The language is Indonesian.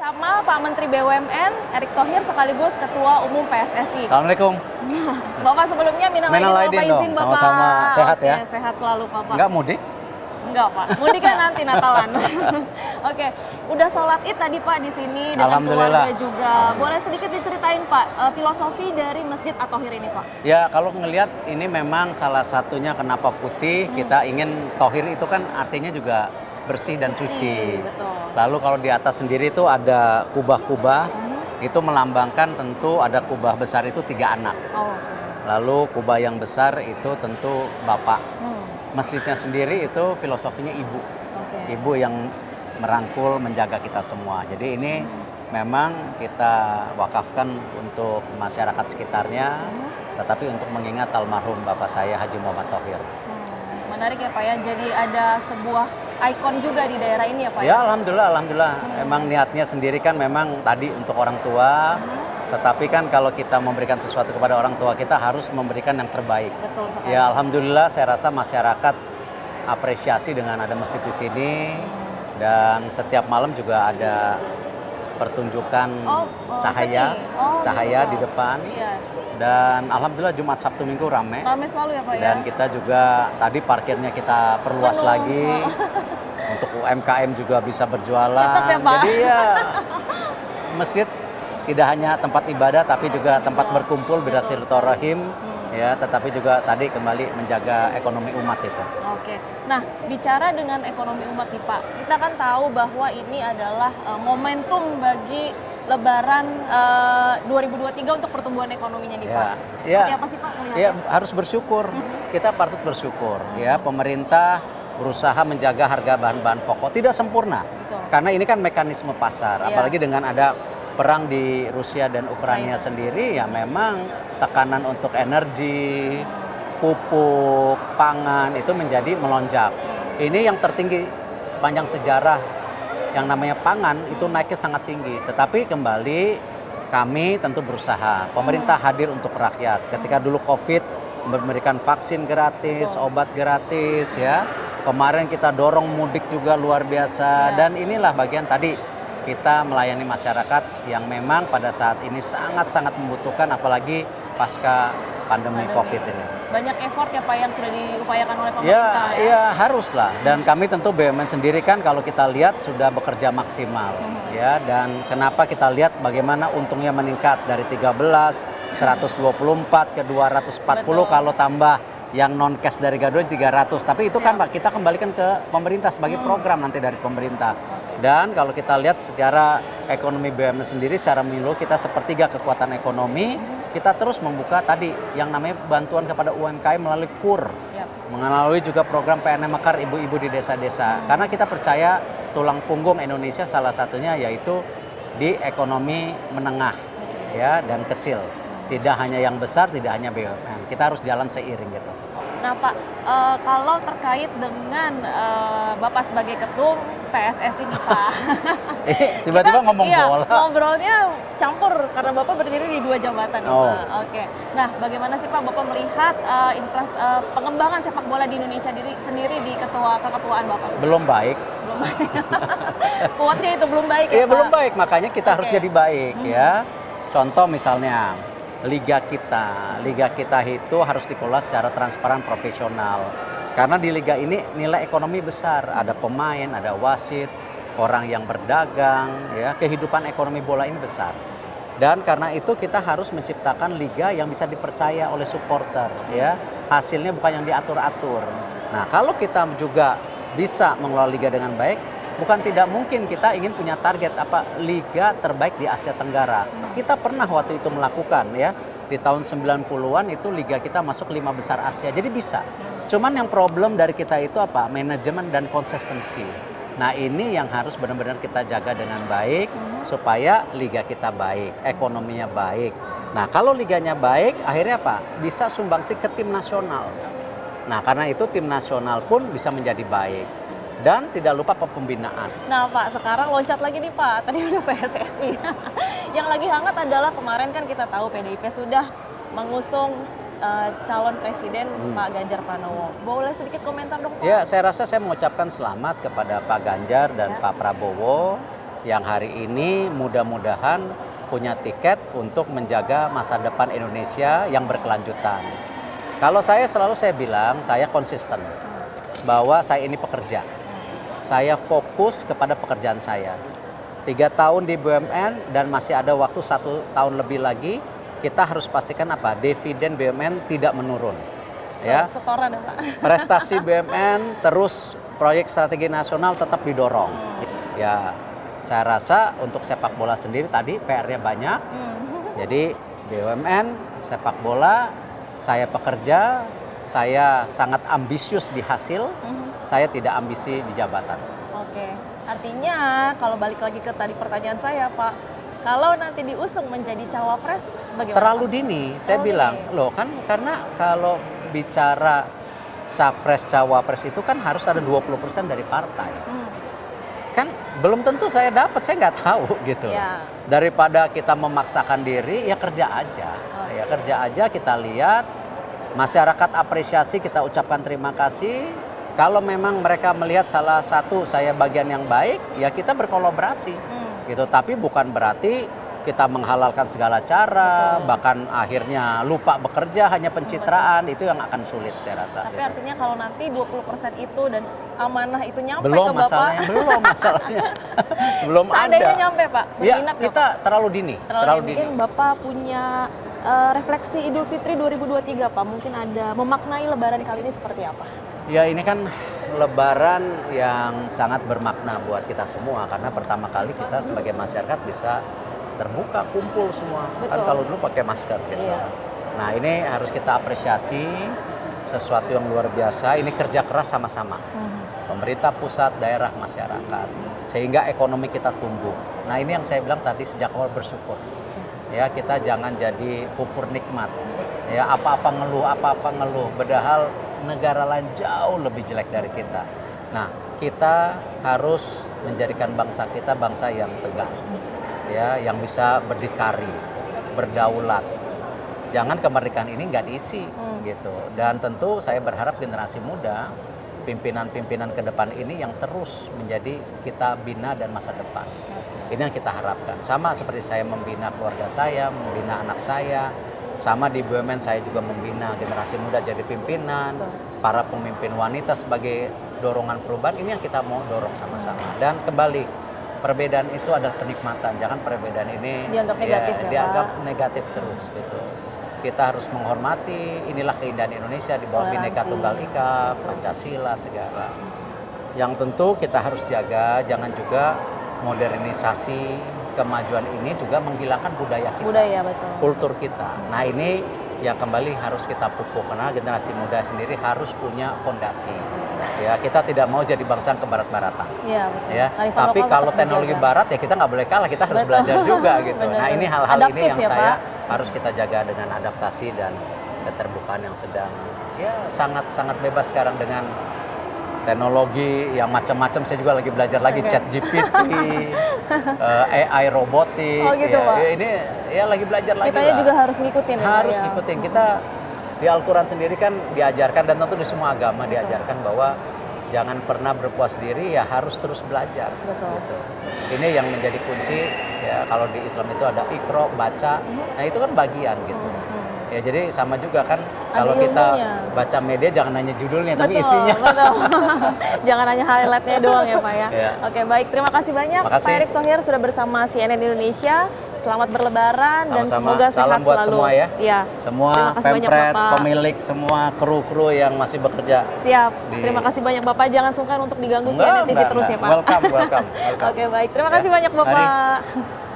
sama Pak Menteri BUMN Erick Thohir sekaligus Ketua Umum PSSI. Assalamualaikum. Bapak sebelumnya minal aidin dong. Bapak. Sama-sama sehat ya. Sehat selalu Bapak. Enggak mudik? Enggak Pak, mudik kan nanti Natalan. Oke, udah sholat Id tadi Pak di sini dengan keluarga juga. Boleh sedikit diceritain Pak filosofi dari Masjid At-Thohir ini Pak? Ya kalau ngelihat ini memang salah satunya kenapa putih, kita ingin Thohir itu kan artinya juga bersih dan suci. Betul. Lalu kalau di atas sendiri itu ada kubah-kubah, itu melambangkan tentu ada kubah besar itu 3 anak. Oh. Lalu kubah yang besar itu tentu Bapak. Masjidnya sendiri itu filosofinya ibu. Ibu yang merangkul, menjaga kita semua. Jadi ini memang kita wakafkan untuk masyarakat sekitarnya, tetapi untuk mengingat almarhum Bapak saya Haji Muhammad Thohir. Menarik ya Pak ya, jadi ada sebuah ikon juga di daerah ini ya Pak? Ya alhamdulillah. Emang niatnya sendiri kan memang tadi untuk orang tua, tetapi kan kalau kita memberikan sesuatu kepada orang tua kita harus memberikan yang terbaik. Betul sekali. Ya alhamdulillah saya rasa masyarakat apresiasi dengan ada masjid di sini, dan setiap malam juga ada pertunjukan cahaya di depan. Iya. Dan alhamdulillah Jumat Sabtu Minggu ramai. Ramai selalu ya Pak ya. Dan kita juga tadi parkirnya kita perluas lagi. Untuk UMKM juga bisa berjualan. Tetap ya Pak. Jadi ya masjid tidak hanya tempat ibadah tapi juga tempat berkumpul bersilaturahim ya, tetapi juga tadi kembali menjaga ekonomi umat itu. Oke. Nah, bicara dengan ekonomi umat nih Pak. Kita kan tahu bahwa ini adalah momentum bagi Lebaran 2023 untuk pertumbuhan ekonominya nih Pak. Seperti apa sih Pak melihatnya? Ya, harus bersyukur. Kita patut bersyukur ya, pemerintah berusaha menjaga harga bahan-bahan pokok. Tidak sempurna. Betul. Karena ini kan mekanisme pasar, apalagi dengan ada perang di Rusia dan Ukraina sendiri, ya memang tekanan untuk energi, pupuk, pangan itu menjadi melonjak. Ini yang tertinggi sepanjang sejarah. Yang namanya pangan itu naiknya sangat tinggi. Tetapi kembali kami tentu berusaha. Pemerintah hadir untuk rakyat. Ketika dulu COVID memberikan vaksin gratis, obat gratis ya. Kemarin kita dorong mudik juga luar biasa. Dan inilah bagian tadi kita melayani masyarakat yang memang pada saat ini sangat-sangat membutuhkan, apalagi pasca pandemi COVID ini. Banyak effort ya Pak yang sudah diupayakan oleh pemerintah ya? Ya haruslah. Dan kami tentu BUMN sendiri kan kalau kita lihat sudah bekerja maksimal ya. Dan kenapa kita lihat bagaimana untungnya meningkat dari 13, 124 ke 240. Kalau tambah yang non cash dari Garuda 300. Tapi itu kan Pak kita kembalikan ke pemerintah sebagai program nanti dari pemerintah. Dan kalau kita lihat secara ekonomi BUMN sendiri secara menyeluruh kita sepertiga kekuatan ekonomi. Kita terus membuka tadi yang namanya bantuan kepada UMKM melalui KUR. Melalui juga program PNM Mekar ibu-ibu di desa-desa. Karena kita percaya tulang punggung Indonesia salah satunya yaitu di ekonomi menengah ya dan kecil. Tidak hanya yang besar, tidak hanya BUMN. Kita harus jalan seiring gitu. Nah Pak, kalau terkait dengan Bapak sebagai ketum PSSI nih Pak. Tiba-tiba ngomong bola. Ngobrolnya campur karena Bapak berdiri di 2 jabatan nih Pak. Oke. Nah, bagaimana sih Pak Bapak melihat pengembangan sepak bola di Indonesia sendiri di keketuaan Bapak? Belum baik. Belum baik. Kuatnya itu belum baik ya Pak? Belum baik, makanya kita harus jadi baik ya. Contoh misalnya liga kita itu harus dikelola secara transparan profesional. Karena di liga ini nilai ekonomi besar, ada pemain, ada wasit, orang yang berdagang, ya kehidupan ekonomi bola ini besar. Dan karena itu kita harus menciptakan liga yang bisa dipercaya oleh supporter, ya hasilnya bukan yang diatur-atur. Nah kalau kita juga bisa mengelola liga dengan baik, bukan tidak mungkin kita ingin punya target liga terbaik di Asia Tenggara. Kita pernah waktu itu melakukan ya di tahun 90-an itu liga kita masuk 5 besar Asia, jadi bisa. Cuman yang problem dari kita itu manajemen dan konsistensi. Nah ini yang harus benar-benar kita jaga dengan baik supaya liga kita baik, ekonominya baik. Nah kalau liganya baik akhirnya bisa sumbangsi ke tim nasional. Nah karena itu tim nasional pun bisa menjadi baik. Dan tidak lupa pembinaan. Nah Pak, sekarang loncat lagi nih Pak, tadi udah PSSI. Yang lagi hangat adalah kemarin kan kita tahu PDIP sudah mengusung calon presiden Pak Ganjar Pranowo. Boleh sedikit komentar dong Pak? Ya, saya rasa saya mengucapkan selamat kepada Pak Ganjar dan Pak Prabowo. yang hari ini mudah-mudahan punya tiket untuk menjaga masa depan Indonesia yang berkelanjutan. Kalau saya bilang, saya konsisten bahwa saya ini pekerja. Saya fokus kepada pekerjaan saya. 3 tahun di BUMN dan masih ada waktu 1 tahun lebih lagi, kita harus pastikan apa? Dividen BUMN tidak menurun. Ya. Setoran ya Pak. Prestasi BUMN terus proyek strategi nasional tetap didorong. Ya, saya rasa untuk sepak bola sendiri tadi PR-nya banyak. Jadi BUMN, sepak bola, saya pekerja, saya sangat ambisius di hasil, saya tidak ambisi di jabatan. Oke, artinya kalau balik lagi ke tadi pertanyaan saya Pak, kalau nanti diusung menjadi cawapres bagaimana? Terlalu dini, saya bilang. Loh kan karena kalau bicara capres cawapres itu kan harus ada 20% dari partai. Kan belum tentu saya dapat, saya nggak tahu gitu. Ya. Daripada kita memaksakan diri, ya kerja aja. Ya kerja aja, kita lihat masyarakat apresiasi, kita ucapkan terima kasih. Kalau memang mereka melihat salah satu saya bagian yang baik, ya kita berkolaborasi. Gitu. Tapi bukan berarti kita menghalalkan segala cara, bahkan akhirnya lupa bekerja, hanya pencitraan, itu yang akan sulit saya rasa. Tapi gitu. artinya kalau nanti 20% itu dan amanah itu nyampe belum ke Bapak? Belum masalahnya. Belum Seandainya ada. nyampe Pak, berminat ya, kita Pak? terlalu dini. Terlalu dini. Mungkin Bapak punya refleksi Idul Fitri 2023 Pak, mungkin ada memaknai Lebaran kali ini seperti apa? Ya ini kan Lebaran yang sangat bermakna buat kita semua karena pertama kali kita sebagai masyarakat bisa terbuka, kumpul semua. Betul. Kan kalau dulu pakai masker gitu. Iya. Nah ini harus kita apresiasi sesuatu yang luar biasa. Ini kerja keras sama-sama. Pemerintah pusat, daerah, masyarakat. Sehingga ekonomi kita tumbuh. Nah ini yang saya bilang tadi sejak awal bersyukur. Ya kita jangan jadi kufur nikmat. Ya apa-apa ngeluh. Padahal negara lain jauh lebih jelek dari kita. Nah kita harus menjadikan bangsa kita bangsa yang tegar. Ya, yang bisa berdikari, berdaulat. Jangan kemerdekaan ini nggak diisi, gitu. Dan tentu saya berharap generasi muda, pimpinan-pimpinan ke depan ini yang terus menjadi kita bina dan masa depan. Ini yang kita harapkan. Sama seperti saya membina keluarga saya, membina anak saya, sama di BUMN saya juga membina generasi muda jadi pimpinan, para pemimpin wanita sebagai dorongan perubahan. Ini yang kita mau dorong sama-sama. Dan kembali. Perbedaan itu adalah kenikmatan, jangan perbedaan ini dianggap negatif dianggap negatif terus gitu. Kita harus menghormati, inilah keindahan Indonesia di bawah Bhinneka Tunggal Ika, Pancasila segala. Yang tentu kita harus jaga, jangan juga modernisasi kemajuan ini juga menghilangkan budaya kita, betul. Kultur kita. Nah ini yang kembali harus kita pupuk karena generasi muda sendiri harus punya fondasi. Ya kita tidak mau jadi bangsa yang kebarat-baratan. Iya betul. Ya, tapi kalau teknologi barat ya kita nggak boleh kalah, kita harus belajar juga gitu. Nah ini hal-hal ini yang saya harus kita jaga dengan adaptasi dan keterbukaan yang sedang ya sangat bebas sekarang dengan teknologi yang macam-macam. Saya juga lagi belajar lagi ChatGPT, AI robotik. Oh gitu Pak. Ya, ini ya lagi belajar lagi. Kita juga harus ngikutin ya. Harus ngikutin. Kita di Al-Quran sendiri kan diajarkan dan tentu di semua agama diajarkan bahwa jangan pernah berpuas diri, ya harus terus belajar. Betul. Gitu. Ini yang menjadi kunci ya kalau di Islam itu ada ikro, baca. Nah itu kan bagian gitu. Ya jadi sama juga kan kalau kita baca media jangan hanya judulnya tapi isinya. Betul. Jangan hanya highlightnya doang ya Pak ya. Oke baik, terima kasih banyak Pak Erick Thohir sudah bersama CNN Indonesia. Selamat berlebaran dan semoga sehat salam buat selalu. Semua ya. Semua pemret, pemilik, semua kru-kru yang masih bekerja. Siap. Terima kasih banyak Bapak. Jangan sungkan untuk diganggu CNN TV terus ya Pak. Welcome. Oke baik. Terima kasih banyak Bapak.